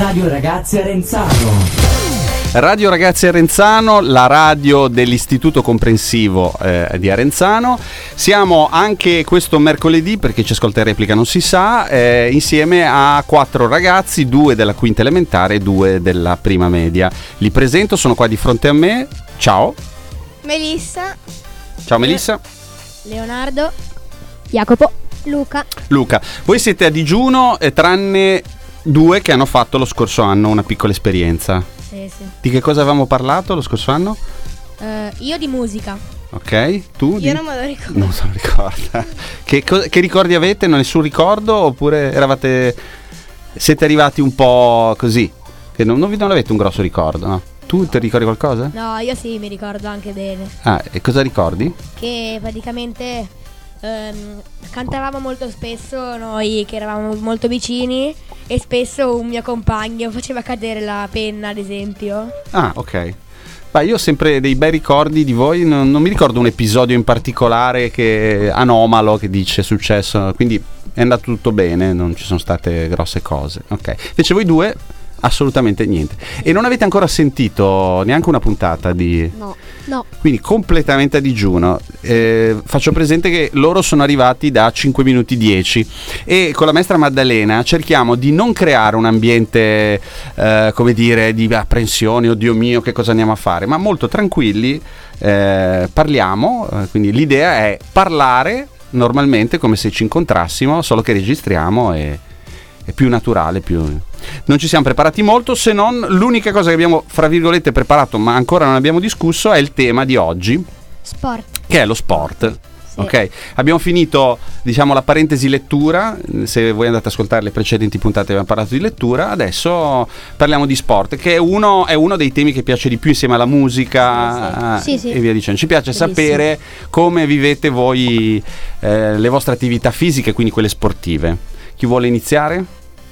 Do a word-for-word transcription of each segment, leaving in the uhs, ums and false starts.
Radio Ragazzi Arenzano. Radio Ragazzi Arenzano, la radio dell'Istituto Comprensivo eh, di Arenzano. Siamo anche questo mercoledì, perché ci ascolta in replica non si sa, eh, insieme a quattro ragazzi, due della quinta elementare e due della prima media. Li presento, sono qua di fronte a me. Ciao. Melissa. Ciao Melissa. Leonardo. Jacopo. Luca. Luca. Voi siete a digiuno, eh, tranne due che hanno fatto lo scorso anno una piccola esperienza. Sì, sì. Di che cosa avevamo parlato lo scorso anno? Uh, io di musica. Ok, tu? Io di... non me lo ricordo. Non se lo ricorda. Che, co- che ricordi avete? Non nessun ricordo? Oppure eravate... siete arrivati un po' così? Che non, non vi non avete un grosso ricordo, no? Tu ti ricordi qualcosa? No, io sì, mi ricordo anche bene. Ah, e cosa ricordi? Che praticamente um, cantavamo molto spesso noi che eravamo molto vicini, e spesso un mio compagno faceva cadere la penna, ad esempio. Ah, ok. Beh, io ho sempre dei bei ricordi di voi, non, non mi ricordo un episodio in particolare che anomalo che dice è successo, quindi è andato tutto bene, non ci sono state grosse cose. Ok. Invece voi due assolutamente niente. E non avete ancora sentito neanche una puntata di... No. No. Quindi completamente a digiuno. Eh, faccio presente che loro sono arrivati da cinque minuti dieci e con la maestra Maddalena cerchiamo di non creare un ambiente eh, come dire di apprensione, oddio mio che cosa andiamo a fare, ma molto tranquilli, eh, parliamo, eh, quindi l'idea è parlare normalmente come se ci incontrassimo, solo che registriamo e è più naturale, più... non ci siamo preparati molto, se non l'unica cosa che abbiamo fra virgolette preparato ma ancora non abbiamo discusso è il tema di oggi, sport, che è lo sport. Sì. Ok, abbiamo finito diciamo la parentesi lettura, se voi andate ad ascoltare le precedenti puntate abbiamo parlato di lettura, adesso parliamo di sport, che è uno, è uno dei temi che piace di più insieme alla musica, sì, sì. e via dicendo. Ci piace Bellissimo. sapere come vivete voi eh, le vostre attività fisiche, quindi quelle sportive. Chi vuole iniziare?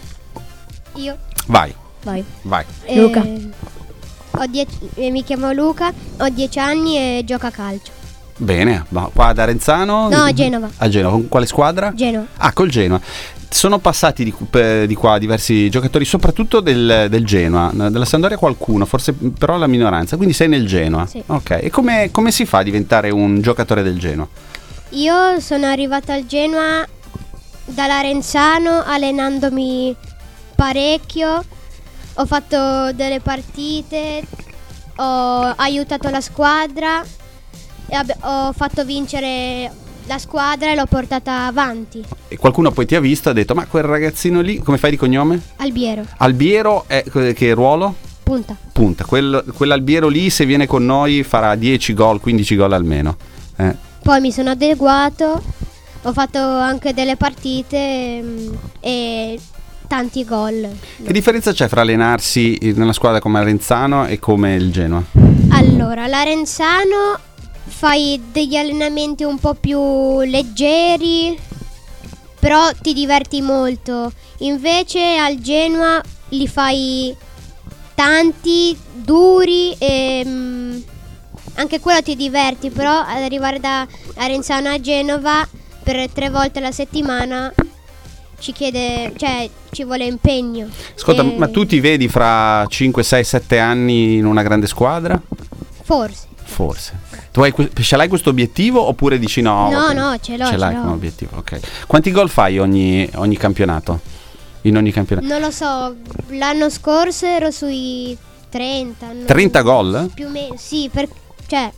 Io. Vai, Vai. vai. Eh, Luca. Ho dieci, eh, mi chiamo Luca, ho dieci anni e gioco a calcio. Bene, ma qua ad Arenzano? No, a Genova. A Genova, con quale squadra? Genova. Ah, col Genoa. Sono passati di, per- di qua diversi giocatori, soprattutto del, del Genoa, della Sampdoria qualcuno, forse però la minoranza, quindi sei nel Genoa. Sì. Ok, e come, come si fa a diventare un giocatore del Genoa? Io sono arrivata al Genoa dall'Arenzano allenandomi parecchio, ho fatto delle partite, ho aiutato la squadra e abbi- ho fatto vincere la squadra e l'ho portata avanti. E qualcuno poi ti ha visto e ha detto, ma quel ragazzino lì, come fai di cognome? Albiero, Albiero, è, che ruolo? punta. Punta, Quel, quell'Albiero lì se viene con noi farà dieci gol, quindici gol almeno. Eh. Poi mi sono adeguato, ho fatto anche delle partite mm, e tanti gol. Che differenza c'è fra allenarsi nella squadra come Arenzano e come il Genoa? Allora, l'Arenzano fai degli allenamenti un po' più leggeri, però ti diverti molto. Invece al Genoa li fai tanti, duri e mm, anche quello ti diverti, però ad arrivare da Arenzano a Genova per tre volte alla settimana ci chiede, cioè ci vuole impegno. Ascolta, E ma tu ti vedi fra cinque, sei, sette anni in una grande squadra? Forse. Forse. Tu hai, que- ce l'hai questo obiettivo oppure dici no? No, ok. no, ce l'ho, Ce ce l'hai l'ho. come obiettivo, ok. Quanti gol fai ogni, ogni campionato? In ogni campionato? Non lo so, l'anno scorso ero sui trenta. non- trenta gol? Più o meno, sì, per, cioè,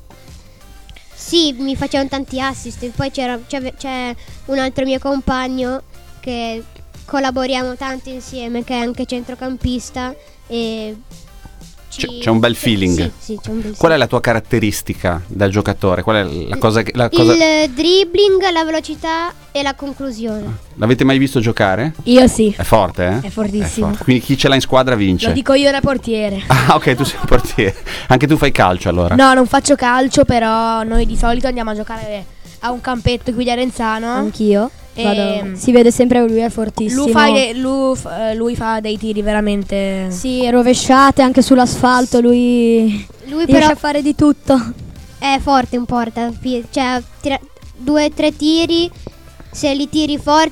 sì, mi facevano tanti assist. Poi c'era, c'è, c'è un altro mio compagno che collaboriamo tanto insieme, che è anche centrocampista e C'è, c'è un bel feeling. Sì, sì, c'è un bel Qual è la tua caratteristica da giocatore? Qual è la cosa che... La cosa... Il dribbling, la velocità e la conclusione. L'avete mai visto giocare? Io sì. È forte, eh? È fortissimo. forte. Quindi chi ce l'ha in squadra vince. Lo dico io da portiere. Ah, ok, tu sei un portiere. Anche tu fai calcio allora. No, non faccio calcio, però noi di solito andiamo a giocare a un campetto qui di Arenzano. Anch'io. E Vado- si vede sempre che lui è fortissimo. Lui fa, de- lui, f- eh, lui fa dei tiri veramente. Sì, rovesciate anche sull'asfalto, lui, Lui riesce però a fare di tutto. è forte in porta, fi- cioè tira- due o tre tiri, se li tiri forti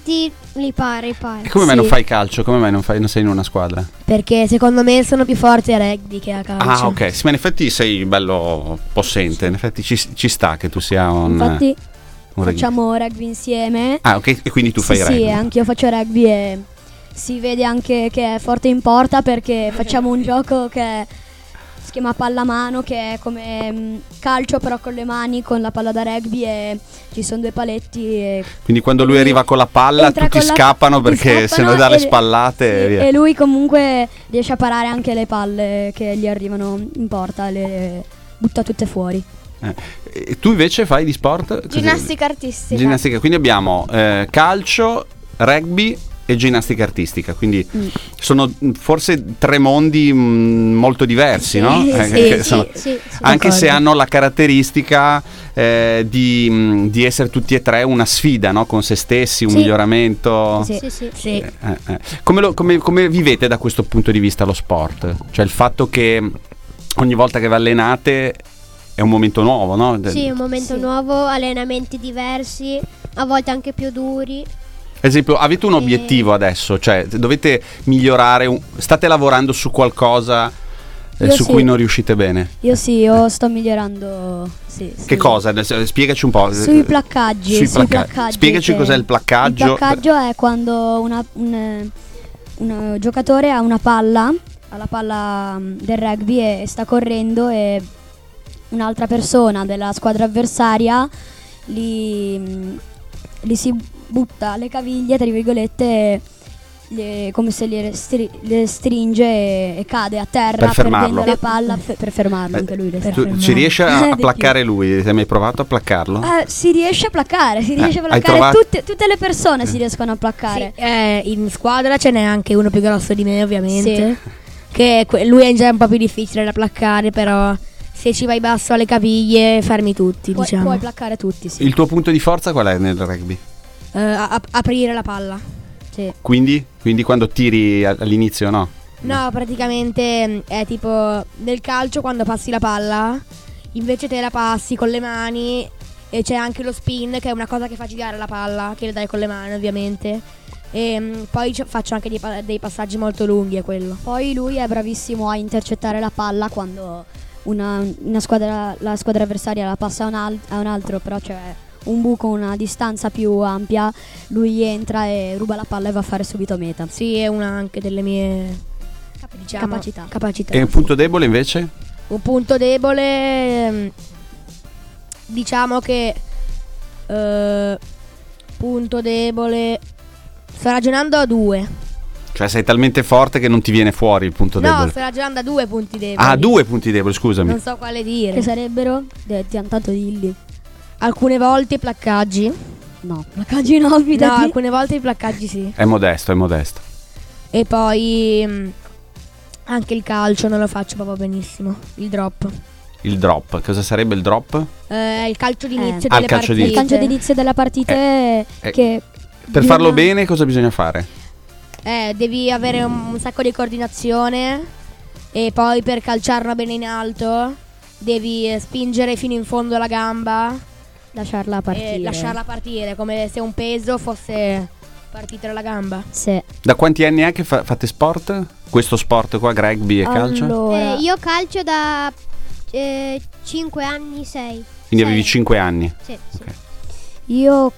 Li pari, pari. E come mai Sì. non fai calcio? Come mai non, fai, non sei in una squadra? Perché secondo me sono più forti a rugby che a calcio. Ah, ok. Sì, ma in effetti sei bello possente. In effetti ci, ci sta che tu sia un. Infatti un rugby. facciamo rugby insieme. Ah, ok. E quindi tu Sì, fai rugby. Sì, anch'io faccio rugby e si vede anche che è forte in porta perché facciamo un gioco che si chiama pallamano, che è come mh, calcio però con le mani, con la palla da rugby, e ci sono due paletti e Quindi quando lui arriva con la palla entra tutti con la- scappano tutti perché se scappano no dà le e- spallate e sì, via. e lui comunque riesce a parare anche le palle che gli arrivano in porta, le butta tutte fuori. Eh. E tu invece fai di sport? Cos'è? Ginnastica artistica. Ginnastica. Quindi abbiamo eh, calcio, rugby e ginnastica artistica. Quindi Mm. sono mh, forse tre mondi mh, molto diversi, Sì, no? sì, Eh, sì, che sì, sono- sì, sì. Anche se D'accordo. hanno la caratteristica eh, di, mh, di essere tutti e tre una sfida, no? Con se stessi, un Sì. miglioramento. Sì, sì. Sì. Eh, eh. Come, lo- come- come vivete da questo punto di vista lo sport? Cioè il fatto che ogni volta che vi allenate è un momento nuovo, no? Sì, un momento Sì. nuovo, allenamenti diversi, a volte anche più duri. Ad esempio, avete un Eh. obiettivo adesso? Cioè, dovete migliorare, un- state lavorando su qualcosa eh, Io su sì. cui non riuscite bene? Io sì, io sto migliorando. Sì, Che sì. cosa? Adesso, spiegaci un po'. Sui placcaggi. Sui sui placca- placcaggi Spiegaci che- cos'è il placcaggio. Il placcaggio è quando una- un, un giocatore ha una palla, ha la palla mm, del rugby e sta correndo e un'altra persona della squadra avversaria li, mm, li si butta alle caviglie, tra virgolette, le- come se le, stri- le stringe e, e cade a terra Per fermarlo. perdendo la palla f- per fermarlo anche lui. per Tu, fermare. ci riesce a, a Di più. placcare lui? Hai mai provato a placcarlo? Eh, si riesce a placcare, si riesce a hai placcare, trovato- tutte, tutte le persone si riescono a placcare. Sì, eh, in squadra ce n'è anche uno più grosso di me, ovviamente. Che que- lui è già un po' più difficile da placcare, però se ci vai basso alle caviglie fermi tutti, Puoi, diciamo. puoi placcare tutti, sì. Il tuo punto di forza qual è nel rugby? Eh, a- a- aprire la palla. Sì. Quindi? Quindi quando tiri a- all'inizio no? No, praticamente mh, è tipo nel calcio quando passi la palla, invece te la passi con le mani e c'è anche lo spin, che è una cosa che fa girare la palla, che le dai con le mani ovviamente. E mh, poi ci- faccio anche dei, pa- dei passaggi molto lunghi, è quello. Poi lui è bravissimo a intercettare la palla quando una, una squadra, la squadra avversaria la passa a un, al- a un altro, però c'è un buco, una distanza più ampia, lui entra e ruba la palla e va a fare subito meta. Sì, è una anche delle mie diciamo, capacità. capacità. E un punto debole invece? Un punto debole, ehm, diciamo che eh, punto debole, sto ragionando a due. Cioè sei talmente forte che non ti viene fuori il punto No, debole. sto ragionando a due punti deboli. Ah, due punti deboli, scusami. Non so quale dire. Che sarebbero? De- ti han tanto dilli. Alcune volte i placcaggi. No, placcaggi no, No, fidati. alcune volte i placcaggi sì. È modesto, è modesto. E poi mh, anche il calcio non lo faccio proprio benissimo. Il drop. Il drop, cosa sarebbe il drop? Eh, il calcio d'inizio Ah, delle il calcio partite. Il calcio d'inizio delle partite Eh, eh, che Per di farlo una- bene cosa bisogna fare? Eh, devi avere un, un sacco di coordinazione. E poi per calciarla bene in alto devi eh, spingere fino in fondo la gamba lasciarla partire. e lasciarla partire, come se un peso fosse partito dalla gamba. Sì. Da quanti anni è che fa- fate sport? Questo sport qua, rugby e calcio? Allora, Eh, io calcio da cinque anni, sei. Quindi avevi cinque anni. Sì, sì. Ok. io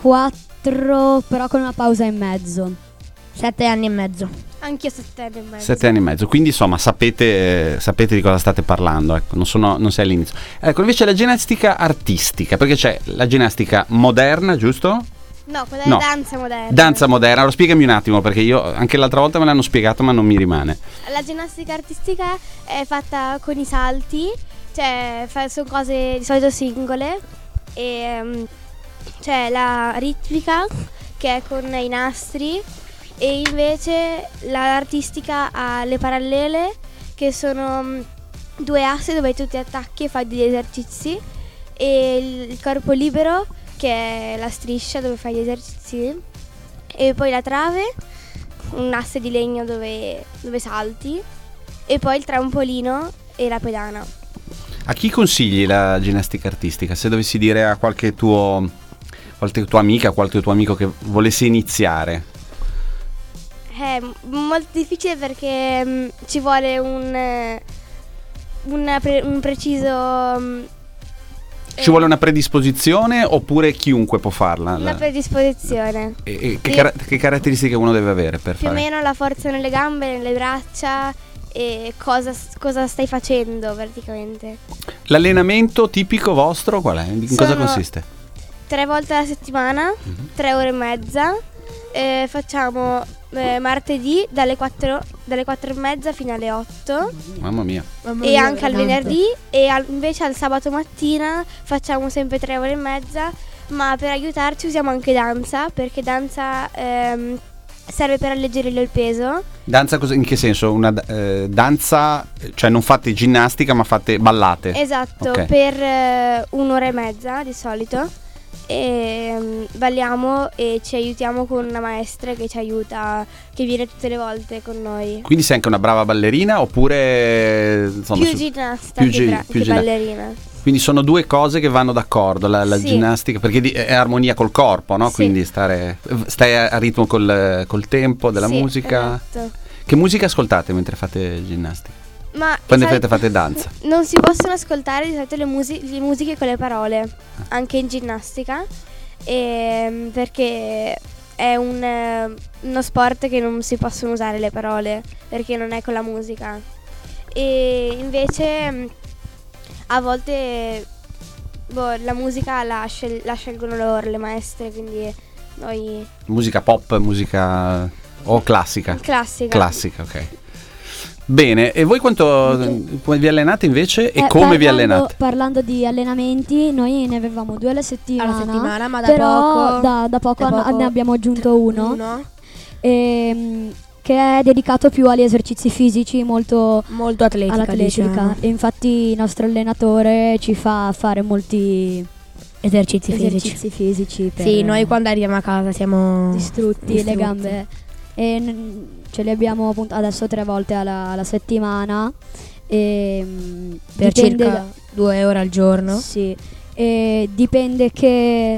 quattro, però con una pausa in mezzo. Sette anni e mezzo. Anch'io sette anni e mezzo. Sette anni e mezzo, quindi insomma sapete, eh, sapete di cosa state parlando, ecco, non, sono, non sei all'inizio. Ecco, invece la ginnastica artistica, perché c'è la ginnastica moderna, giusto? No, quella No. è danza moderna. Danza moderna, allora spiegami un attimo, perché io anche l'altra volta me l'hanno spiegato ma non mi rimane. La ginnastica artistica è fatta con i salti, cioè fa- sono cose di solito singole. E mm, c'è la ritmica che è con i nastri, e invece la artistica ha le parallele, che sono mm, due assi dove tu ti attacchi e fai degli esercizi, e il, il corpo libero, che è la striscia dove fai gli esercizi, e poi la trave, un asse di legno dove, dove salti, e poi il trampolino e la pedana. A chi consigli la ginnastica artistica? Se dovessi dire a qualche tuo, qualche tua amica, qualche tuo amico che volesse iniziare? È molto difficile perché mh, ci vuole un, eh, una pre- un preciso... mh, Ci vuole una predisposizione oppure chiunque può farla? una predisposizione. E, e che, Sì. cara- che caratteristiche uno deve avere per Più o fare? meno la forza nelle gambe, nelle braccia e cosa, cosa stai facendo praticamente. L'allenamento tipico vostro qual è? In cosa Sono- consiste? Tre volte alla settimana, Mhm. tre ore e mezza. Eh, facciamo eh, martedì dalle quattro, dalle quattro e mezza fino alle otto. Mamma mia. E anche al venerdì e al- invece al sabato mattina facciamo sempre tre ore e mezza, ma per aiutarci usiamo anche danza, perché danza ehm, serve per alleggerire il peso. Danza cosa- in che senso? Una eh, danza, cioè non fate ginnastica ma fate ballate? Esatto, Ok. per eh, un'ora e mezza di solito. E mm, balliamo e ci aiutiamo con una maestra che ci aiuta, che viene tutte le volte con noi. Quindi sei anche una brava ballerina oppure insomma, Più su- ginnasta più che, gi- bra- più che ginna- ballerina. Quindi sono due cose che vanno d'accordo, la, la Sì. ginnastica, perché di- è armonia col corpo, no? Sì. Quindi stare, stai a a ritmo col, col tempo della Sì, musica. esatto. Che musica ascoltate mentre fate ginnastica? Ma Quando sai- fate, fate danza? Non si possono ascoltare di solito le, musi- le musiche con le parole, anche in ginnastica, ehm, perché è un, eh, uno sport che non si possono usare le parole, perché non è con la musica. E invece mh, a volte boh, la musica la, scel- la scelgono loro, le maestre, quindi noi... Musica pop, musica o classica? Classica. Classica, ok. Bene, e voi quanto come vi allenate invece e Eh, come vi parlando- allenate? Parlando di allenamenti, noi ne avevamo due alla settimana. Alla settimana, ma da però poco- da, da poco da ne- poco- ne abbiamo aggiunto uno, Uno ehm, che è dedicato più agli esercizi fisici, molto molto atletica, all'atletica. diciamo. E infatti il nostro allenatore ci fa fare molti Esercizi, esercizi fisici. fisici per Sì, noi quando arriviamo a casa siamo distrutti, le distrutti. gambe. E n- ce li abbiamo appunto adesso tre volte alla, alla settimana. E, mm, per dipende circa da- due ore al giorno. Sì, e dipende che,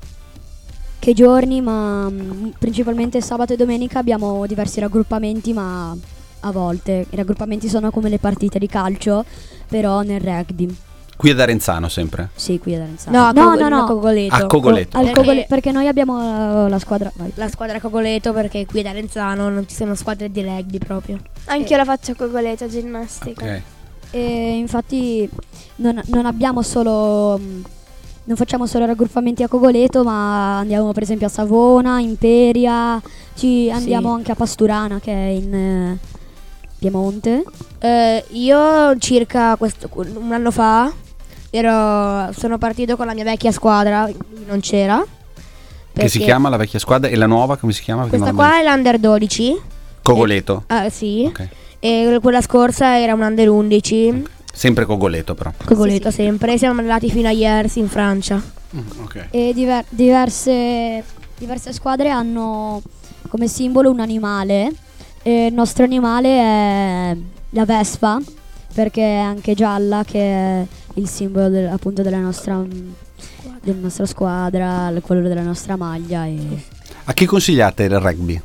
che giorni, ma mm, principalmente sabato e domenica abbiamo diversi raggruppamenti, ma a volte i raggruppamenti sono come le partite di calcio, però nel rugby. Qui ad Arenzano sempre. Sì, qui ad Arenzano. No, a no, Cogo- no, no. a Cogoleto. A Cogoleto. Al Perché- Cogole- perché noi abbiamo la, la squadra. vai. La squadra Cogoleto, perché qui ad Arenzano non ci sono squadre di rugby proprio. Anch'io la faccio con Cogoleto, ginnastica. Ok. E infatti non, non abbiamo solo mh, non facciamo solo raggruppamenti a Cogoleto, ma andiamo per esempio a Savona, Imperia, ci andiamo anche a Pasturana che è in eh, Piemonte. Eh, io circa questo, un anno fa ero, sono partito con la mia vecchia squadra, lui non c'era. Che si perché chiama la vecchia squadra e la nuova come si chiama? Perché Questa non la qua è l'Under dodici. Cogoleto. Ah, sì. Ok. E quella scorsa era un Under undici. Sempre Cogoleto però. Cogoleto sempre. Siamo andati fino a Iers in Francia. Mm, ok. E diver- diverse, diverse squadre hanno come simbolo un animale. E il nostro animale è la Vespa, perché è anche gialla, che è il simbolo del- appunto della nostra, della nostra squadra, il colore della nostra maglia. E A chi consigliate il rugby?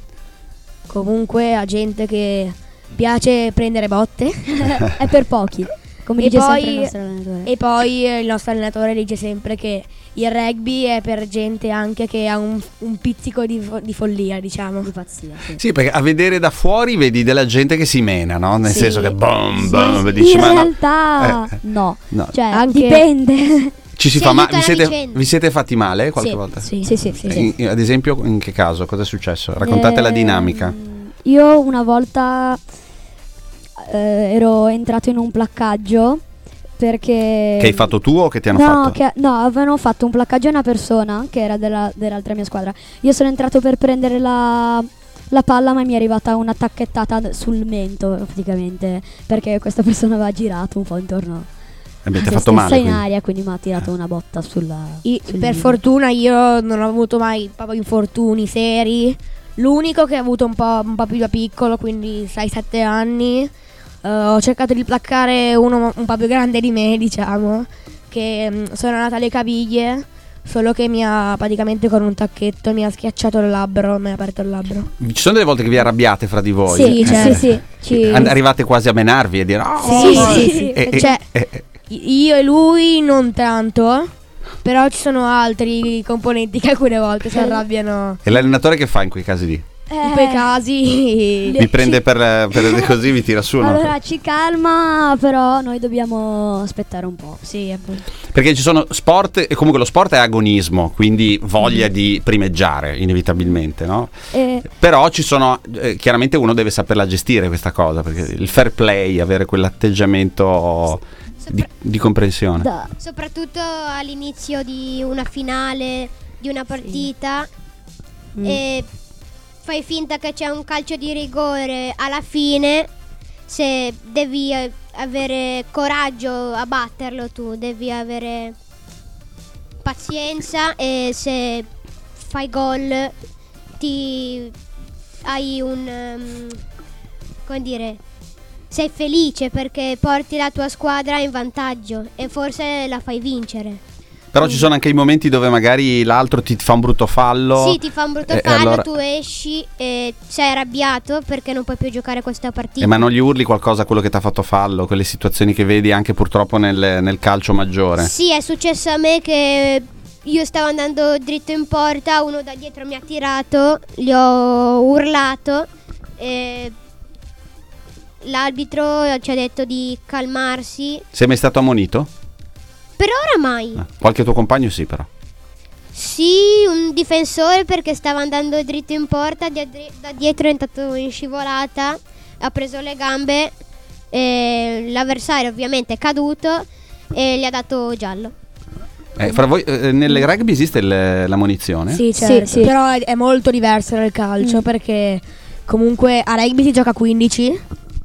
Comunque a gente che piace prendere botte. è per pochi, come E dice sempre poi- il nostro allenatore. E poi eh, il nostro allenatore dice sempre che il rugby è per gente anche che ha un, un pizzico di, fo- di follia, diciamo. Di pazzia, sì. Sì, perché a vedere da fuori vedi della gente che si mena, no? Nel Sì. senso che bom, Sì, bom, sì. dici In ma no. realtà Eh, eh. no, No. cioè Anche- dipende. Ci si, Si fa ma aiuta vi a siete, vicenda. vi siete fatti male qualche Sì, volta? sì, Sì, sì, sì, In- in- ad esempio in che caso? Cosa è successo? Raccontate la Ehm, dinamica. Io una volta eh, ero entrato in un placcaggio perché... Che hai fatto tu o che ti hanno no, fatto? che- no, avevano fatto un placcaggio a una persona che era della- dell'altra mia squadra. Io sono entrato per prendere la, la palla, ma mi è arrivata una tacchettata sul mento praticamente, perché questa persona aveva girato un po' intorno Eh beh, ti ha a fatto se male. stessa in quindi. aria, quindi mi ha tirato una botta sulla... I- sul per viso. fortuna io non ho avuto mai proprio infortuni seri. L'unico che ho avuto un po', un po' più da piccolo, quindi sei sette anni, eh, ho cercato di placcare uno un po' più grande di me, diciamo, che mm, sono andata alle caviglie, solo che mi ha praticamente con un tacchetto mi ha schiacciato il labbro, mi ha aperto il labbro. Ci sono delle volte che vi arrabbiate fra di voi? Sì, Eh, sì, sì. Ci- An- Arrivate quasi a menarvi e dire "Oh!" Sì, sì, sì. E- e- Cioè, e- e- io e lui non tanto, però ci sono altri componenti che alcune volte si arrabbiano. E l'allenatore che fa in quei casi lì? In quei casi Vi prende per, per così, vi tira su, no? Allora ci calma, però noi dobbiamo aspettare un po'. sì, appunto. Perché ci sono sport, e comunque lo sport è agonismo, quindi voglia di primeggiare inevitabilmente, no? E Però ci sono, eh, chiaramente uno deve saperla gestire questa cosa, perché il fair play, avere quell'atteggiamento di, Sopra- di comprensione. da- soprattutto all'inizio di una finale, di una partita, Mm. e fai finta che c'è un calcio di rigore alla fine, se devi eh, avere coraggio a batterlo, tu devi avere pazienza, e se fai gol ti hai un ehm, come dire, sei felice perché porti la tua squadra in vantaggio e forse la fai vincere. Però ci sono anche i momenti dove magari l'altro ti fa un brutto fallo. Sì, ti fa un brutto e- e fallo, allora- tu esci e sei arrabbiato perché non puoi più giocare questa partita. Eh, ma non gli urli qualcosa a quello che ti ha fatto fallo, quelle situazioni che vedi anche purtroppo nel, nel calcio maggiore. Sì, è successo a me che io stavo andando dritto in porta, uno da dietro mi ha tirato, gli ho urlato e l'arbitro ci ha detto di calmarsi. Sei mai stato ammonito? Per ora mai. Eh, qualche tuo compagno sì, però. Sì, un difensore perché stava andando dritto in porta, da, da dietro è entrato in scivolata, ha preso le gambe, e l'avversario ovviamente è caduto e gli ha dato giallo. Eh, fra voi, eh, nelle rugby esiste il- la munizione? Sì, certo. sì. Però è, è molto diverso dal calcio perché comunque a rugby si gioca a quindici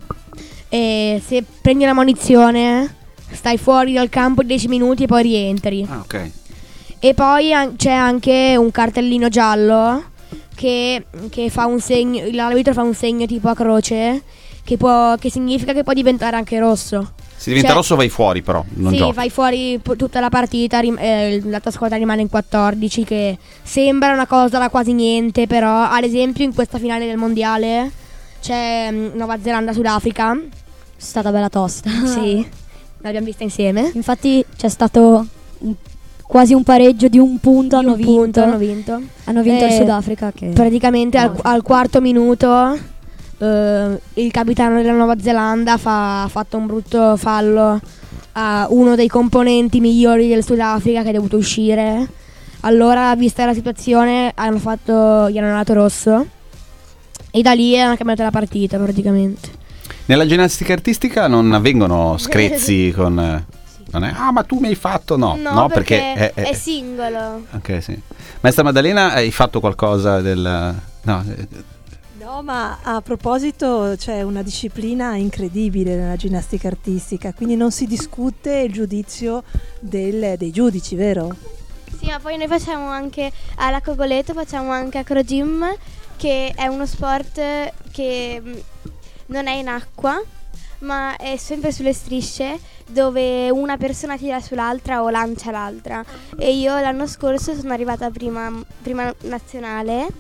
e se prendi una munizione stai fuori dal campo dieci minuti e poi rientri. Ah, ok. E poi an- c'è anche un cartellino giallo che, che fa un segno, l'arbitro fa un segno tipo a croce che, può, che significa che può diventare anche rosso. Se diventa Cioè- rosso vai fuori, però non sì, giochi. vai fuori p- tutta la partita, rim- eh, la tua squadra rimane in quattordici, che sembra una cosa da quasi niente, però ad esempio in questa finale del mondiale c'è mm, Nuova Zelanda-Sudafrica. è stata bella tosta. Sì, l'abbiamo vista insieme. Infatti c'è stato un- quasi un pareggio di un punto, hanno Un vinto. punto, hanno vinto. Hanno vinto il Eh, Sudafrica che Praticamente al, No. al quarto minuto eh, il capitano della Nuova Zelanda fa- ha fatto un brutto fallo a uno dei componenti migliori del Sudafrica che è dovuto uscire. Allora, vista la situazione, hanno fatto, gli hanno dato rosso e da lì hanno cambiato la partita praticamente. Nella ginnastica artistica non avvengono screzi con... eh, non è, ah, ma tu mi hai fatto? No, No, perché, perché, è, è- è singolo. Ok, sì. Maestra Maddalena, hai fatto qualcosa del... No, eh, No, ma a proposito c'è una disciplina incredibile nella ginnastica artistica, quindi non si discute il giudizio del- dei giudici, vero? Sì, ma poi noi facciamo anche alla Cogoleto, facciamo anche acro gym, che è uno sport che mh, non è in acqua, ma è sempre sulle strisce, dove una persona tira sull'altra o lancia l'altra. E io l'anno scorso sono arrivata prima, prima nazionale.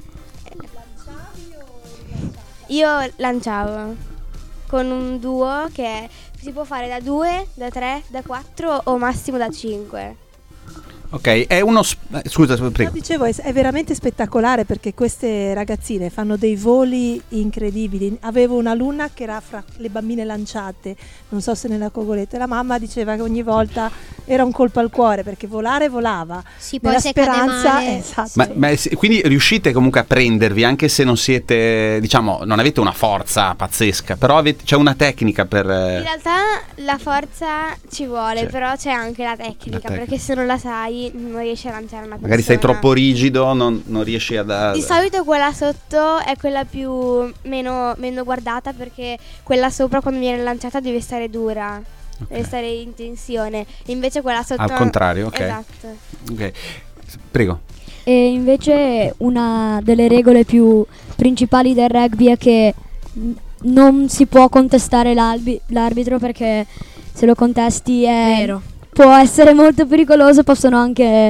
Io lanciavo con un duo che si può fare da due, da tre, da quattro o massimo da cinque. ok, è uno... sp- eh, scusa, No, prego. dicevo, è, è veramente spettacolare perché queste ragazzine fanno dei voli incredibili. Avevo un'alunna che era fra le bambine lanciate, non so se nella Cogoletta, la mamma diceva che ogni volta era un colpo al cuore perché volare volava. Sì, poi Nella se cade speranza, male, esatto. Ma, ma se- quindi riuscite comunque a prendervi anche se non siete, diciamo, non avete una forza pazzesca, però avete, c'è una tecnica per... eh, In realtà la forza ci vuole, C'è. però c'è anche la tecnica, La tecnica. perché se non la sai non riesci a lanciare una persona. magari sei troppo rigido, non, non riesci ad... a- Di solito quella sotto è quella più meno, meno guardata, perché quella sopra quando viene lanciata deve stare dura, Ok. deve stare in tensione. Invece quella sotto... Al contrario, ok. Esatto. Ok. Prego. E invece una delle regole più principali del rugby è che n- non si può contestare l'albi- l'arbitro, perché se lo contesti è, Vero. può essere molto pericoloso, possono anche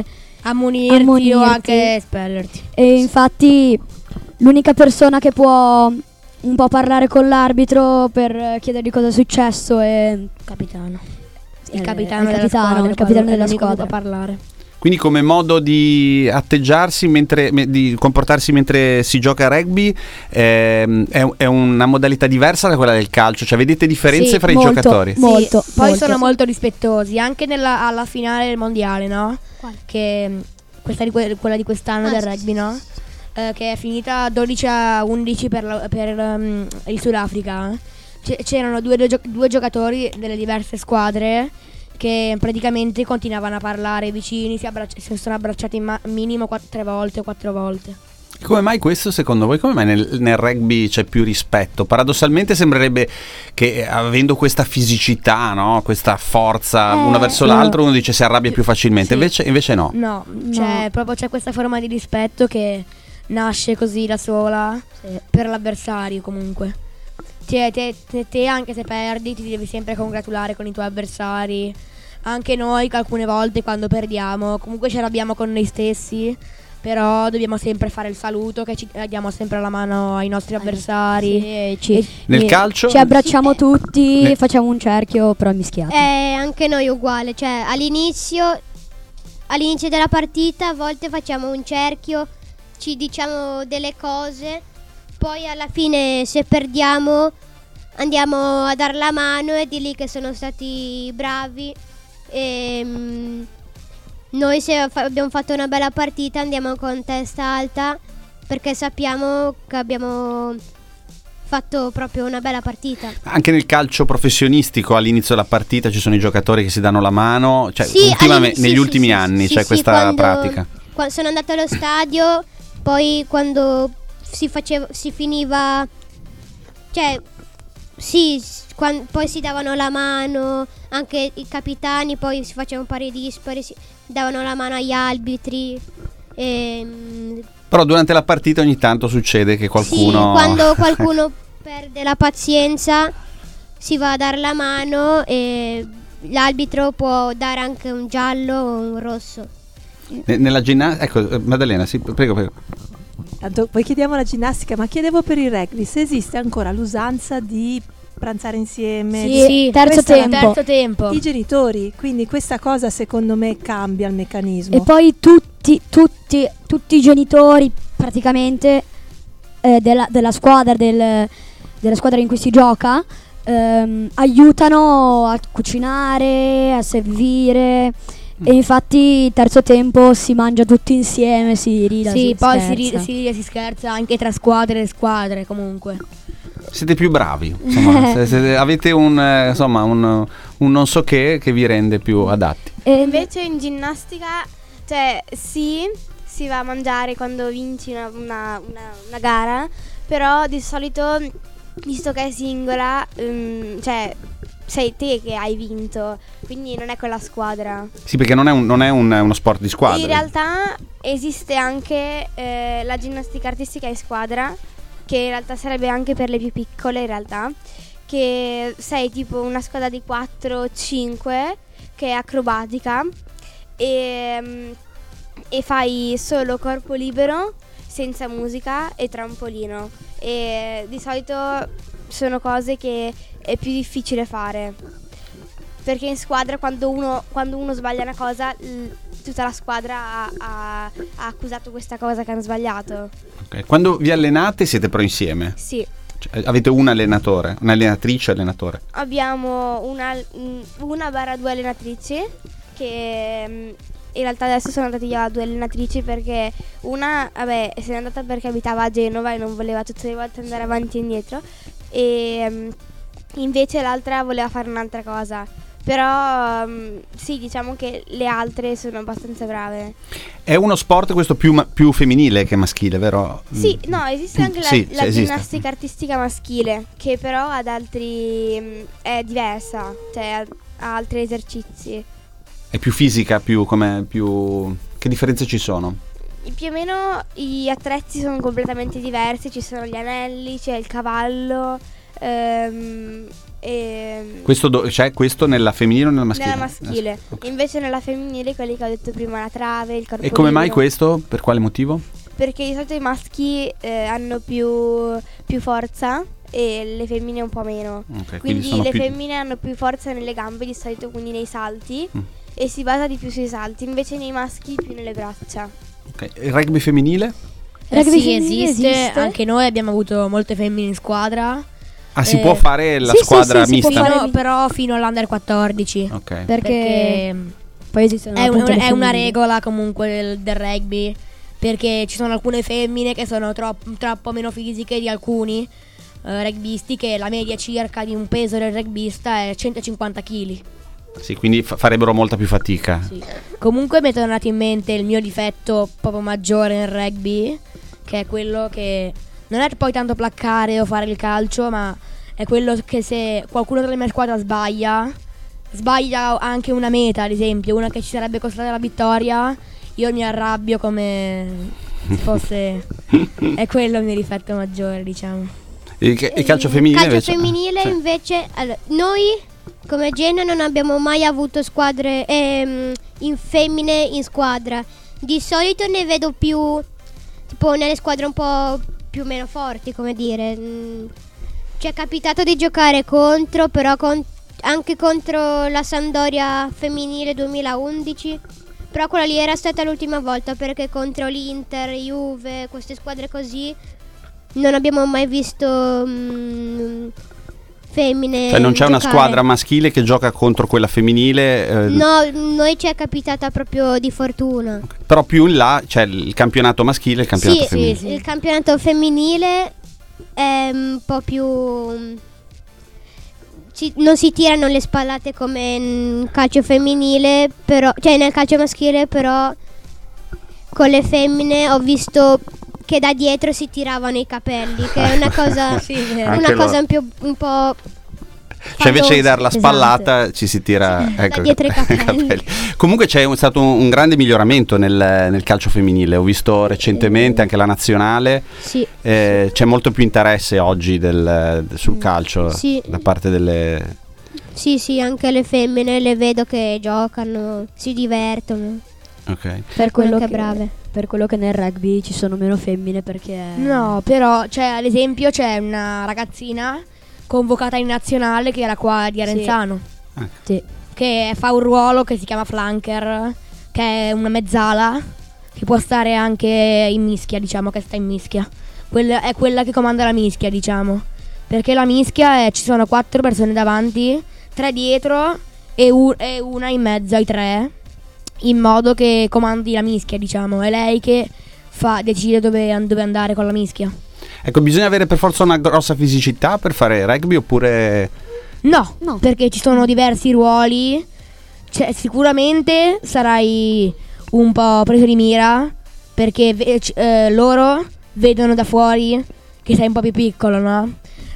ammonirti, ammonirti. o anche espellerti. E infatti l'unica persona che può un po' parlare con l'arbitro per chiedergli cosa è successo è Capitano. Il Eh, capitano, il della capitano, squadra, il capitano è della l'unico che squadra. può parlare. Quindi come modo di atteggiarsi mentre me- di comportarsi mentre si gioca a rugby ehm, è, è una modalità diversa da quella del calcio, cioè vedete differenze Sì, fra molto, i giocatori? mo- Molto, Sì, poi molto. sono molto rispettosi anche nella, alla finale del mondiale, no? Quale? Che mh, questa di que- quella di quest'anno Ah, del sì, rugby, sì, no? Eh, che è finita dodici a undici per, la- per um, il Sudafrica. C- c'erano due, due gio- due giocatori delle diverse squadre che praticamente continuavano a parlare vicini, si, abbracci- si sono abbracciati ma- minimo quatt- tre volte o quattro volte. Come mai questo secondo voi? Come mai nel, nel rugby c'è più rispetto? Paradossalmente sembrerebbe che avendo questa fisicità, no? Questa forza Eh, uno verso no. l'altro, uno dice si arrabbia più facilmente, Sì. invece, invece no. No, c'è proprio c'è questa forma di rispetto che nasce così da sola per l'avversario comunque. Te, te- te- te anche se perdi ti devi sempre congratulare con i tuoi avversari. Anche noi che alcune volte quando perdiamo comunque ci arrabbiamo con noi stessi, però dobbiamo sempre fare il saluto, che ci diamo sempre la mano ai nostri avversari. Sì, e ci, E- Nel e calcio? ci abbracciamo tutti, Ne- facciamo un cerchio però mischiato. Eh, anche noi uguale, cioè all'inizio all'inizio della partita a volte facciamo un cerchio, ci diciamo delle cose, poi alla fine se perdiamo andiamo a dar la mano e di lì che sono stati bravi. E, mm, noi se fa- abbiamo fatto una bella partita andiamo con testa alta perché sappiamo che abbiamo fatto proprio una bella partita. Anche nel calcio professionistico all'inizio della partita ci sono i giocatori che si danno la mano, cioè Sì, ultimamente, all'inizio- negli sì, ultimi sì, anni sì, c'è sì, questa quando- pratica. Quando sono andata allo stadio, poi quando si faceva si finiva, cioè sì, s- quan- poi si davano la mano anche i capitani, poi si facevano pari dispari, si davano la mano agli arbitri. E, mm, Però durante la partita ogni tanto succede che qualcuno... sì, quando qualcuno perde la pazienza si va a dare la mano e l'arbitro può dare anche un giallo o un rosso. Ne- Nella ginnastica... Ecco, eh, Maddalena, sì, prego, prego. Tanto poi chiediamo la ginnastica, ma chiedevo per il rugby se esiste ancora l'usanza di pranzare insieme, Sì, di- terzo questa- tempo. Terzo tempo. i genitori, quindi questa cosa secondo me cambia il meccanismo. E poi tutti, tutti, tutti i genitori praticamente eh, della, della squadra del- della squadra in cui si gioca ehm, aiutano a cucinare, a servire. E infatti terzo tempo si mangia tutti insieme, si ride, Sì, si poi si scherza. ride, si ride, si scherza anche tra squadre e squadre comunque. Siete più bravi, insomma, se- se- avete un, eh, insomma, un, un non so che che vi rende più adatti. E Invece in ginnastica, cioè sì, si va a mangiare quando vinci una, una- una- una gara, però di solito, visto che è singola, ehm, cioè sei te che hai vinto, quindi non è con la squadra. Sì, perché non è, un- non è un- uno sport di squadra. In realtà esiste anche eh, la ginnastica artistica in squadra, che in realtà sarebbe anche per le più piccole in realtà, che sei tipo una squadra di quattro o cinque che è acrobatica e, mm, e fai solo corpo libero, senza musica e trampolino, e di solito sono cose che è più difficile fare, perché in squadra quando uno, quando uno sbaglia una cosa l- tutta la squadra ha, ha- ha accusato questa cosa che hanno sbagliato. Ok. Quando vi allenate siete però insieme? Sì, Cioè, avete un allenatore, un'allenatrice allenatore? abbiamo una, mm, una barra due allenatrici che mm, in realtà adesso sono andate via due allenatrici perché una, vabbè, se n'è andata perché abitava a Genova e non voleva tutte le volte andare avanti e indietro, e mm, invece l'altra voleva fare un'altra cosa. Però mm, sì, diciamo che le altre sono abbastanza brave. È uno sport questo più, ma- più femminile che maschile, vero? Sì, Mm. no, esiste anche la, Sì, la sì, esiste. ginnastica artistica maschile, che però ad altri mm, è diversa, cioè ha, ha altri esercizi. È più fisica, più come più... Che differenze ci sono? Più o meno gli attrezzi sono completamente diversi, ci sono gli anelli, c'è il cavallo, ehm, E Questo, do- cioè, questo nella femminile o nella maschile? nella maschile. Ok. Invece nella femminile, quelli che ho detto prima, la trave, il corpo E come mai libero. questo? Per quale motivo? Perché di solito i maschi eh, hanno più, più forza e le femmine un po' meno. Ok, quindi Quindi sono le più- femmine hanno più forza nelle gambe di solito, quindi nei salti, Mm. e si basa di più sui salti, invece nei maschi più nelle braccia. Ok. Il rugby femminile? Eh Rugby sì, femminile esiste. esiste? Anche noi abbiamo avuto molte femmine in squadra. Ah, si Eh, può fare la sì, sì, squadra sì, si può mista? fare- Fino- però fino all'under quattordici. Ok. Perché, Perché poi esistono è, un- appunto le è una femminili. regola comunque del, del rugby. Perché ci sono alcune femmine che sono troppo, troppo meno fisiche di alcuni eh, rugbisti, che la media circa di un peso del rugbista è centocinquanta chili. Sì, quindi fa- farebbero molta più fatica. Sì. Comunque mi è tornato in mente il mio difetto proprio maggiore nel rugby, che è quello che non è poi tanto placcare o fare il calcio, ma è quello che se qualcuno della mia squadra sbaglia, sbaglia anche una meta, ad esempio, una che ci sarebbe costata la vittoria, io mi arrabbio come se fosse... è quello il mio difetto maggiore, diciamo. Il, ca- il calcio femminile calcio invece? femminile Sì. invece, allora, noi come Genoa non abbiamo mai avuto squadre ehm, in femmine in squadra. Di solito ne vedo più tipo nelle squadre un po' più meno forti, come dire. Mm, ci è capitato di giocare contro, però con- anche contro la Sampdoria femminile duemilaundici. Però quella lì era stata l'ultima volta, perché contro l'Inter, Juve, queste squadre così non abbiamo mai visto mm, femmine. Cioè non c'è una giocare. squadra maschile che gioca contro quella femminile, eh, No, noi ci è capitata proprio di fortuna. però più in là c'è il campionato maschile e il campionato Sì, femminile. sì, il campionato femminile è un po' più... ci- non si tirano le spallate come nel calcio femminile, però, cioè nel calcio maschile, però con le femmine ho visto che da dietro si tiravano i capelli, che è una cosa, Sì, è Anche una loro. cosa un, più, un po'... Cioè invece di dare la Esatto. spallata ci si tira ecco, dietro i capelli. Comunque c'è un- stato un, un grande miglioramento nel, nel calcio femminile. Ho visto recentemente anche la nazionale. Sì. eh, c'è molto più interesse oggi del- sul calcio Sì. da parte delle... Sì, sì, anche le femmine le vedo che giocano, si divertono. Ok. Per quello, Anche che, brave. per quello che nel rugby ci sono meno femmine perché... No, però, cioè, ad esempio, c'è una ragazzina convocata in nazionale che era qua di Arenzano, Sì. che fa un ruolo che si chiama flanker, che è una mezzala, che può stare anche in mischia, diciamo che sta in mischia. Quella, è quella che comanda la mischia, diciamo. Perché la mischia è, ci sono quattro persone davanti, tre dietro e, u- e una in mezzo ai tre, in modo che comandi la mischia, diciamo. È lei che fa, decide dove, dove andare con la mischia. Ecco, bisogna avere per forza una grossa fisicità per fare rugby oppure... No, No. perché ci sono diversi ruoli. Cioè, sicuramente sarai un po' preso di mira, perché ve- c- eh, loro vedono da fuori che sei un po' più piccolo, no?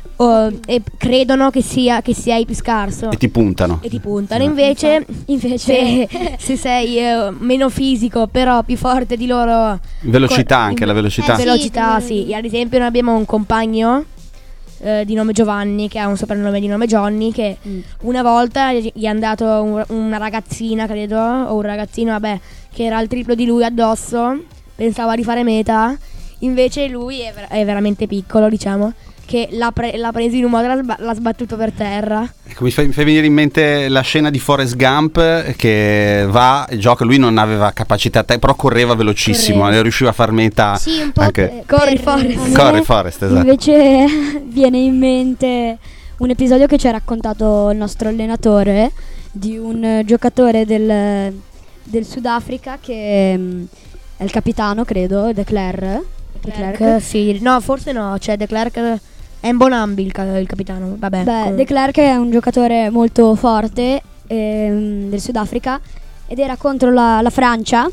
O- e credono che sia che sei più scarso E ti puntano. e ti puntano. Invece, invece se, se sei eh, meno fisico però più forte di loro, Velocità co- anche, in- la velocità. Eh sì. velocità, sì. Ad esempio noi abbiamo un compagno eh, di nome Giovanni, che ha un soprannome di nome Johnny, che Mm. una volta gli è andato un- una ragazzina, credo, o un ragazzino, vabbè, che era il triplo di lui addosso, pensava di fare meta, invece lui è, ver- è veramente piccolo, diciamo, che l'ha, pre- l'ha preso in un modo e l'ha, sba- l'ha sbattuto per terra. Ecco, mi fa, mi fa venire in mente la scena di Forrest Gump che va e gioca, lui non aveva capacità, te- però correva velocissimo, Correva. e riusciva a far meta. Sì, un po' anche- per- Corri, per- Forrest. A me Corri, Forrest, esatto. Invece viene in mente un episodio che ci ha raccontato il nostro allenatore di un eh, giocatore del, del Sudafrica che mm, è il capitano, credo, De Klerk. De Klerk. Clerk, sì. No, forse no, cioè De Klerk è Mbonambi il, ca- il capitano, vabbè. Beh, com- De Klerk è un giocatore molto forte ehm, del Sudafrica ed era contro la, la Francia.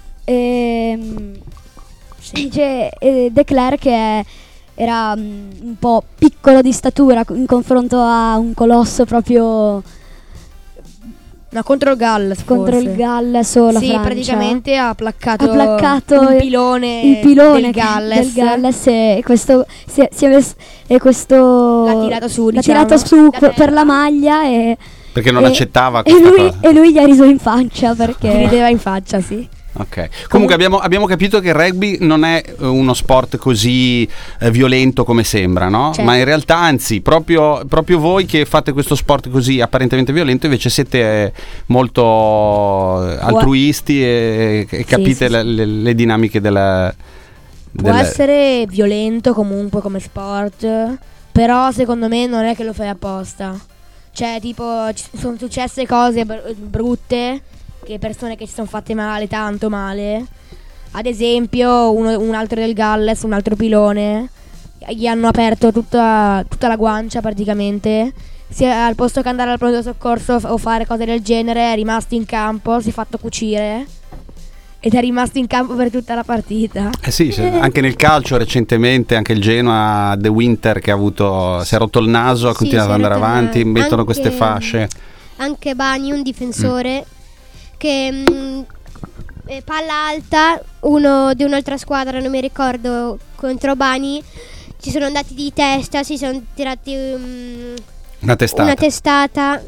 Ehm, dice, eh, De Klerk è- era mm, un po' piccolo di statura in confronto a un colosso proprio No, contro il Galles. Contro forse. il Galles o la sì, Francia. praticamente ha placcato, ha placcato un pilone, il pilone del Galles. del Galles e questo si è, si è messo, e questo L'ha tirato su, l'ha diciamo, tirato su da per terra. la maglia e Perché non e- accettava e questa lui, cosa. e lui gli ha riso in faccia perché Che rideva in faccia, sì. Ok. Comunque abbiamo, abbiamo capito che il rugby non è eh, uno sport così eh, violento come sembra, no? Certo. Ma in realtà, anzi, proprio, proprio voi che fate questo sport così apparentemente violento, invece siete eh, molto eh, altruisti e, e capite sì, le, le- le dinamiche della... Può della- essere violento comunque come sport, però secondo me non è che lo fai apposta. Cioè, tipo, ci sono successe cose br- brutte, che persone che si sono fatte male, tanto male. Ad esempio, uno- un altro del Galles, un altro pilone, gli hanno aperto tutta, tutta la guancia praticamente. Si è- al posto che andare al pronto soccorso f- o fare cose del genere, è rimasto in campo, si è fatto cucire ed è rimasto in campo per tutta la partita. Eh sì, se- anche nel calcio recentemente, anche il Genoa The Winter che ha avuto, si è rotto il naso, ha Sì, continuato ad si è andare rotto il avanti, naso. mettono Anche- queste fasce. Anche Bani, un difensore che mh, eh, palla alta, uno di un'altra squadra, non mi ricordo, contro Bani, ci sono andati di testa, si sono tirati mh, Una testata. una testata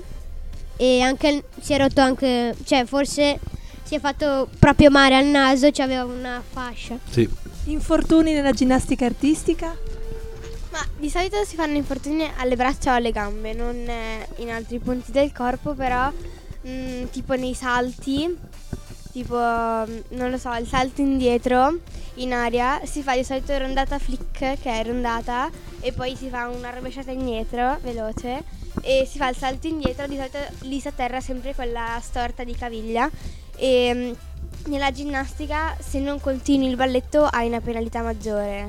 e anche si è rotto anche, cioè forse si è fatto proprio male al naso, c'aveva una fascia. Sì. Infortuni nella ginnastica artistica? Ma di solito si fanno infortuni alle braccia o alle gambe, non eh, in altri punti del corpo, però mh, tipo nei salti, tipo mh, non lo so, il salto indietro in aria si fa di solito rondata flick, che è rondata, e poi si fa una rovesciata indietro veloce e si fa il salto indietro, di solito lì si atterra sempre con la storta di caviglia. E mh, nella ginnastica, se non continui il balletto, hai una penalità maggiore.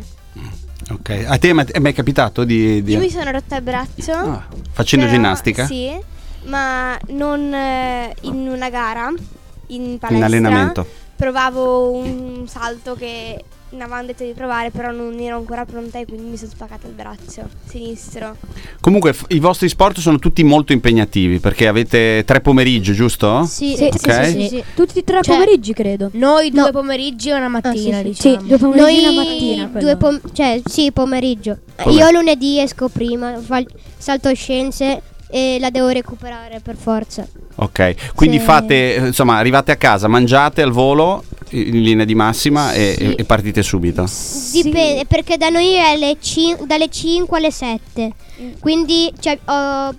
Ok. A te è mai- è mai capitato di... di- Io mi sono rotta il braccio. Ah, facendo però- ginnastica? Sì, ma non eh, in una gara, in palestra. In allenamento? Provavo un salto che mi avevano detto di provare, però non ero ancora pronta e quindi mi sono spaccata il braccio sinistro. Comunque f- i vostri sport sono tutti molto impegnativi perché avete tre pomeriggi, giusto? Sì, Sì, sì, ok. sì, sì, sì. tutti e tre Cioè, pomeriggi credo. Noi No. due pomeriggi e una mattina, sì, sì. diciamo. Sì, due pomeriggi Noi e una mattina. due quello. pom- cioè sì, pomeriggio. Come? Io lunedì esco prima, fa- salto scienze e la devo recuperare per forza. Ok, quindi Sì. fate, eh, insomma, arrivate a casa, mangiate al volo in linea di massima e, Sì. e partite subito. Dipende, perché da noi è alle cin- dalle cinque alle sette. Quindi cioè, ho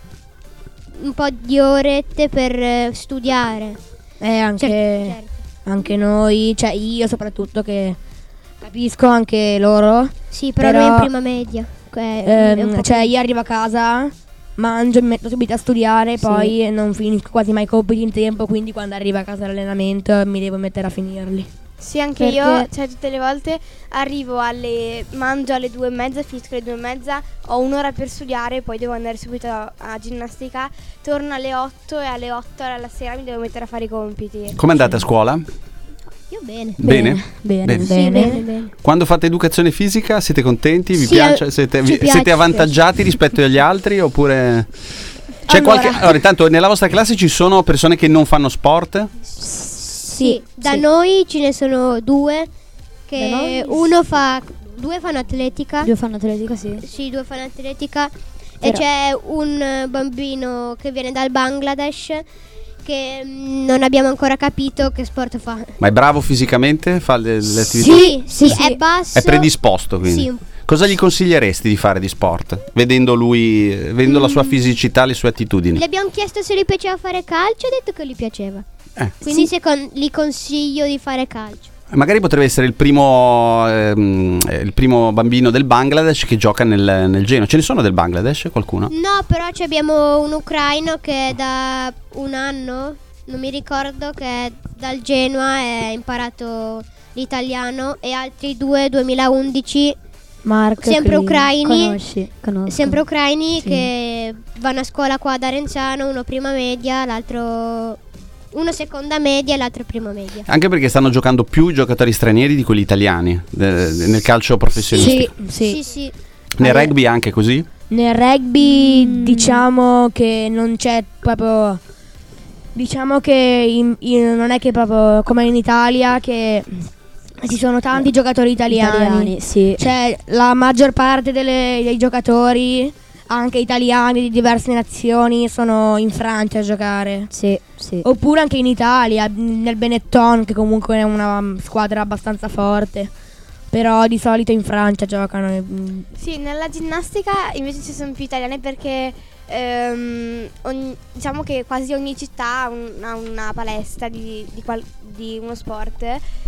un po' di orette per eh, studiare. Eh, anche, Cer- certo. anche noi, cioè io soprattutto, che capisco anche loro. Sì, però, Però- noi in prima media. che è- è un Ehm, po' cioè più- io arrivo a casa, mangio, mi metto subito a studiare, Sì. poi non finisco quasi mai i compiti in tempo, quindi quando arrivo a casa dall'allenamento mi devo mettere a finirli. Sì, anche Perché- io, cioè tutte le volte arrivo alle, mangio alle due e mezza, finisco alle due e mezza, ho un'ora per studiare, poi devo andare subito a, a ginnastica, torno alle otto e alle otto alla sera mi devo mettere a fare i compiti. Come andate a scuola? Io bene. Bene? Bene, Bene. Sì, bene. bene, bene. Quando fate educazione fisica siete contenti? Vi Sì, piace? eh, Siete, ci vi- piace, siete ci avvantaggiati rispetto agli altri oppure... C'è Allora- qualche... Allora, intanto nella vostra classe ci sono persone che non fanno sport? Sì, da sì. noi ce ne sono due che Da noi? uno fa due fanno atletica. Due fanno atletica, sì. Sì, due fanno atletica e Però- c'è un eh, bambino che viene dal Bangladesh che mm, non abbiamo ancora capito che sport fa. Ma è bravo fisicamente? Fa le, le attività? Sì, sì, sì. è basso. È predisposto quindi? Sì. Cosa gli consiglieresti di fare di sport? Vedendo lui, eh, vedendo la sua fisicità, le sue attitudini? Gli abbiamo chiesto se gli piaceva fare calcio e ha detto che gli piaceva. Eh. Quindi secon- gli consiglio di fare calcio. Magari potrebbe essere il primo, ehm, eh, il primo bambino del Bangladesh che gioca nel, nel Genoa. Ce ne sono del Bangladesh qualcuno? No, però ci abbiamo un ucraino che da un anno, non mi ricordo, che dal Genoa ha imparato l'italiano e altri due duemilaundici Mark, sempre Cri- ucraini. Conosci, conosco. sempre ucraini Sì. che vanno a scuola qua ad Arenzano, uno prima media, l'altro uno seconda media e l'altro prima media. Anche perché stanno giocando più giocatori stranieri di quelli italiani de- nel calcio professionistico. Sì, Sì, sì. Nel Vabbè. rugby anche così? Nel rugby Mm. diciamo che non c'è proprio Diciamo che in- in- non è che proprio come in Italia che ci sono tanti giocatori italiani. Italiani, sì. Cioè la maggior parte delle- dei giocatori, anche italiani di diverse nazioni, sono in Francia a giocare. Sì, sì. Oppure anche in Italia, nel Benetton, che comunque è una squadra abbastanza forte. Però di solito in Francia giocano. mm. Sì, nella ginnastica invece ci sono più italiane perché ehm, ogni- diciamo che quasi ogni città ha, un- ha una palestra di, di qual- di uno sport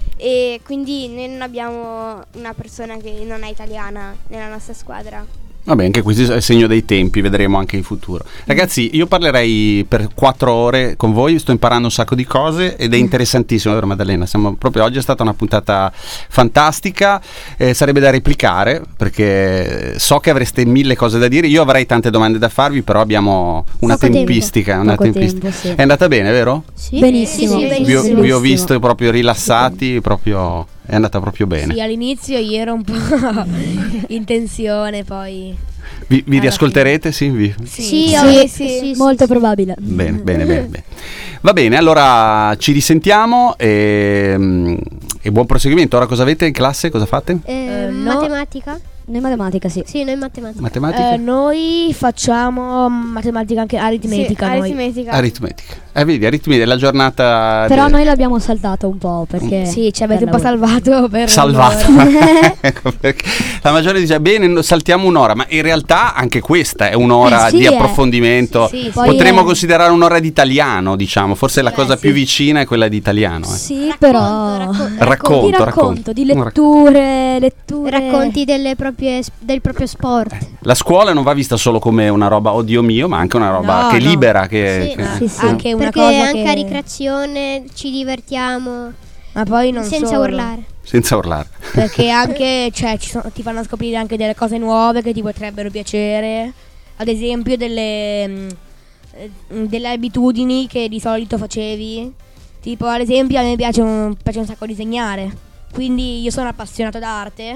e quindi noi non abbiamo una persona che non è italiana nella nostra squadra. Vabbè, anche questo è il segno dei tempi, vedremo anche in futuro. Ragazzi, io parlerei per quattro ore con voi, sto imparando un sacco di cose ed è interessantissimo, vero Maddalena? Siamo proprio, oggi è stata una puntata fantastica, eh, sarebbe da replicare perché so che avreste mille cose da dire, io avrei tante domande da farvi, però abbiamo una Poco tempistica. Una Poco tempistica. tempo, sì. È andata bene, vero? Sì. Benissimo. Sì, sì, Vi ho, benissimo. vi ho visto proprio rilassati, proprio è andata proprio bene. Sì, all'inizio io ero un po' in tensione, poi... Vi, vi alla riascolterete? Sì, vi- Sì, Sì, sì, sì, sì, Molto sì. probabile. Bene, bene, bene, bene. Va bene, allora ci risentiamo e, e buon proseguimento. Ora cosa avete in classe? Cosa fate? Eh, Eh, no. matematica? Noi matematica, sì. Sì, noi matematica. Matematica? Eh, noi facciamo matematica anche aritmetica. Sì, noi. aritmetica. Aritmetica. Eh, vedi, aritmetica è la giornata. Però de- noi l'abbiamo saltato un po' perché... Sì, ci avete un per po' lavoro. salvato per Salvato. un'ora. Ecco perché la maggiore dice bene, no, saltiamo un'ora, ma in realtà anche questa è un'ora Eh, sì, di eh. approfondimento. Sì, sì, Poi Potremmo è- considerare un'ora di italiano, diciamo, forse la Eh, cosa sì. più vicina è quella di italiano. eh. Sì, Racconto, però... racco- Racconto, di racconto, racconto. di Un rac- letture, letture... Racconti delle proprie, del proprio sport. La scuola non va vista solo come una roba, oddio mio, ma anche una roba No, che no. libera, che, Sì. che- Sì, sì. Anche una Perché cosa anche che... a ricreazione ci divertiamo Ma poi non senza solo. urlare. senza urlare. Perché anche, cioè, ci sono- ti fanno scoprire anche delle cose nuove che ti potrebbero piacere. Ad esempio delle, mm, eh, delle abitudini che di solito facevi. Tipo, ad esempio, a me piace un, piace un sacco disegnare. Quindi io sono appassionato d'arte.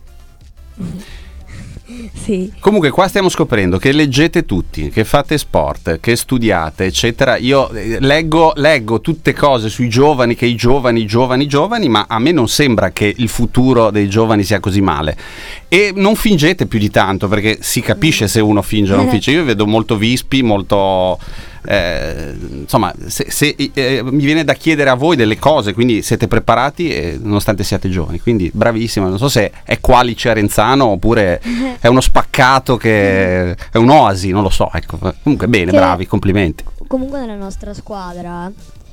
Sì. Comunque qua stiamo scoprendo che leggete tutti, che fate sport, che studiate, eccetera. Io eh, leggo, leggo tutte cose sui giovani, che i giovani, giovani, giovani, ma a me non sembra che il futuro dei giovani sia così male. E non fingete più di tanto, perché si capisce se uno finge o non finge. Io vedo molto vispi, molto... eh, insomma, se, se, eh, mi viene da chiedere a voi delle cose, quindi siete preparati eh, nonostante siate giovani, quindi bravissima. Non so se è Qualice Arenzano oppure è uno spaccato che è un'oasi, non lo so, ecco. Comunque bene, Che- bravi, complimenti. Comunque nella nostra squadra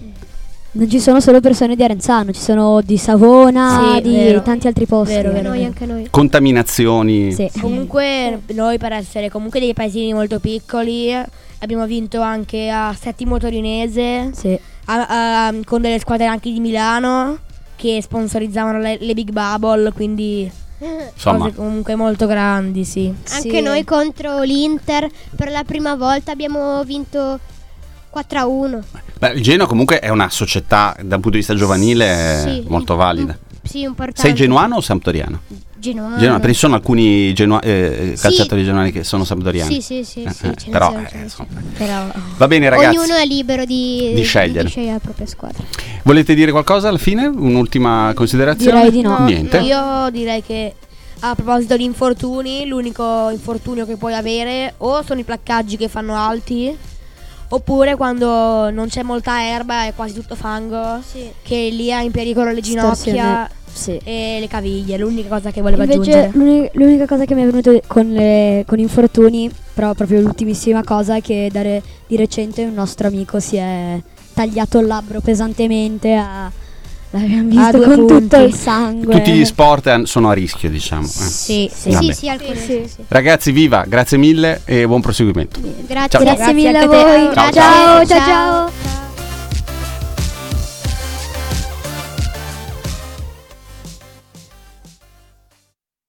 non ci sono solo persone di Arenzano, ci sono di Savona, Sì, di vero. tanti altri posti. Vero, Anche vero. noi, anche noi. Contaminazioni. Sì. Comunque noi, per essere comunque dei paesini molto piccoli, abbiamo vinto anche a Settimo Torinese, Sì. a- a- con delle squadre anche di Milano che sponsorizzavano le, le Big Bubble, quindi Insomma, cose comunque molto grandi, sì. Anche Sì. noi contro l'Inter per la prima volta abbiamo vinto quattro a uno. beh, il Genoa comunque è una società dal punto di vista giovanile Sì, molto valida. Sì, importante. Sei genuano o sampdoriano? Genuano. Genuano, perché ci sono alcuni genua- eh, Sì. calciatori genuani che sono sampdoriani. Sì, sì, sì, Eh, sì, eh, ce ne però, sono, eh, ce ne sono. insomma. Però Va bene ragazzi, Ognuno è libero di, Di scegliere. di scegliere la propria squadra. volete dire qualcosa alla fine? Un'ultima considerazione? Direi di no. Niente. io direi che a proposito di infortuni, l'unico infortunio che puoi avere o sono i placcaggi che fanno alti, oppure quando non c'è molta erba è quasi tutto fango, Sì. che lì ha in pericolo le ginocchia Distorsione. Sì. e le caviglie, l'unica cosa che volevo Invece aggiungere. l'uni- l'unica cosa che mi è venuta con, le, con infortuni, però proprio l'ultimissima cosa, è che da re- di recente un nostro amico si è tagliato il labbro pesantemente, a, l'abbiamo visto due con punti. tutto il sangue. Tutti gli sport an- sono a rischio, diciamo. eh. Sì, sì. Sì, Vabbè. sì, alcuni. Sì, sì. Ragazzi, viva, grazie mille e buon proseguimento. Grazie. Ciao. Grazie Grazie mille a anche a te. voi. Ciao, ciao, ciao. ciao. ciao.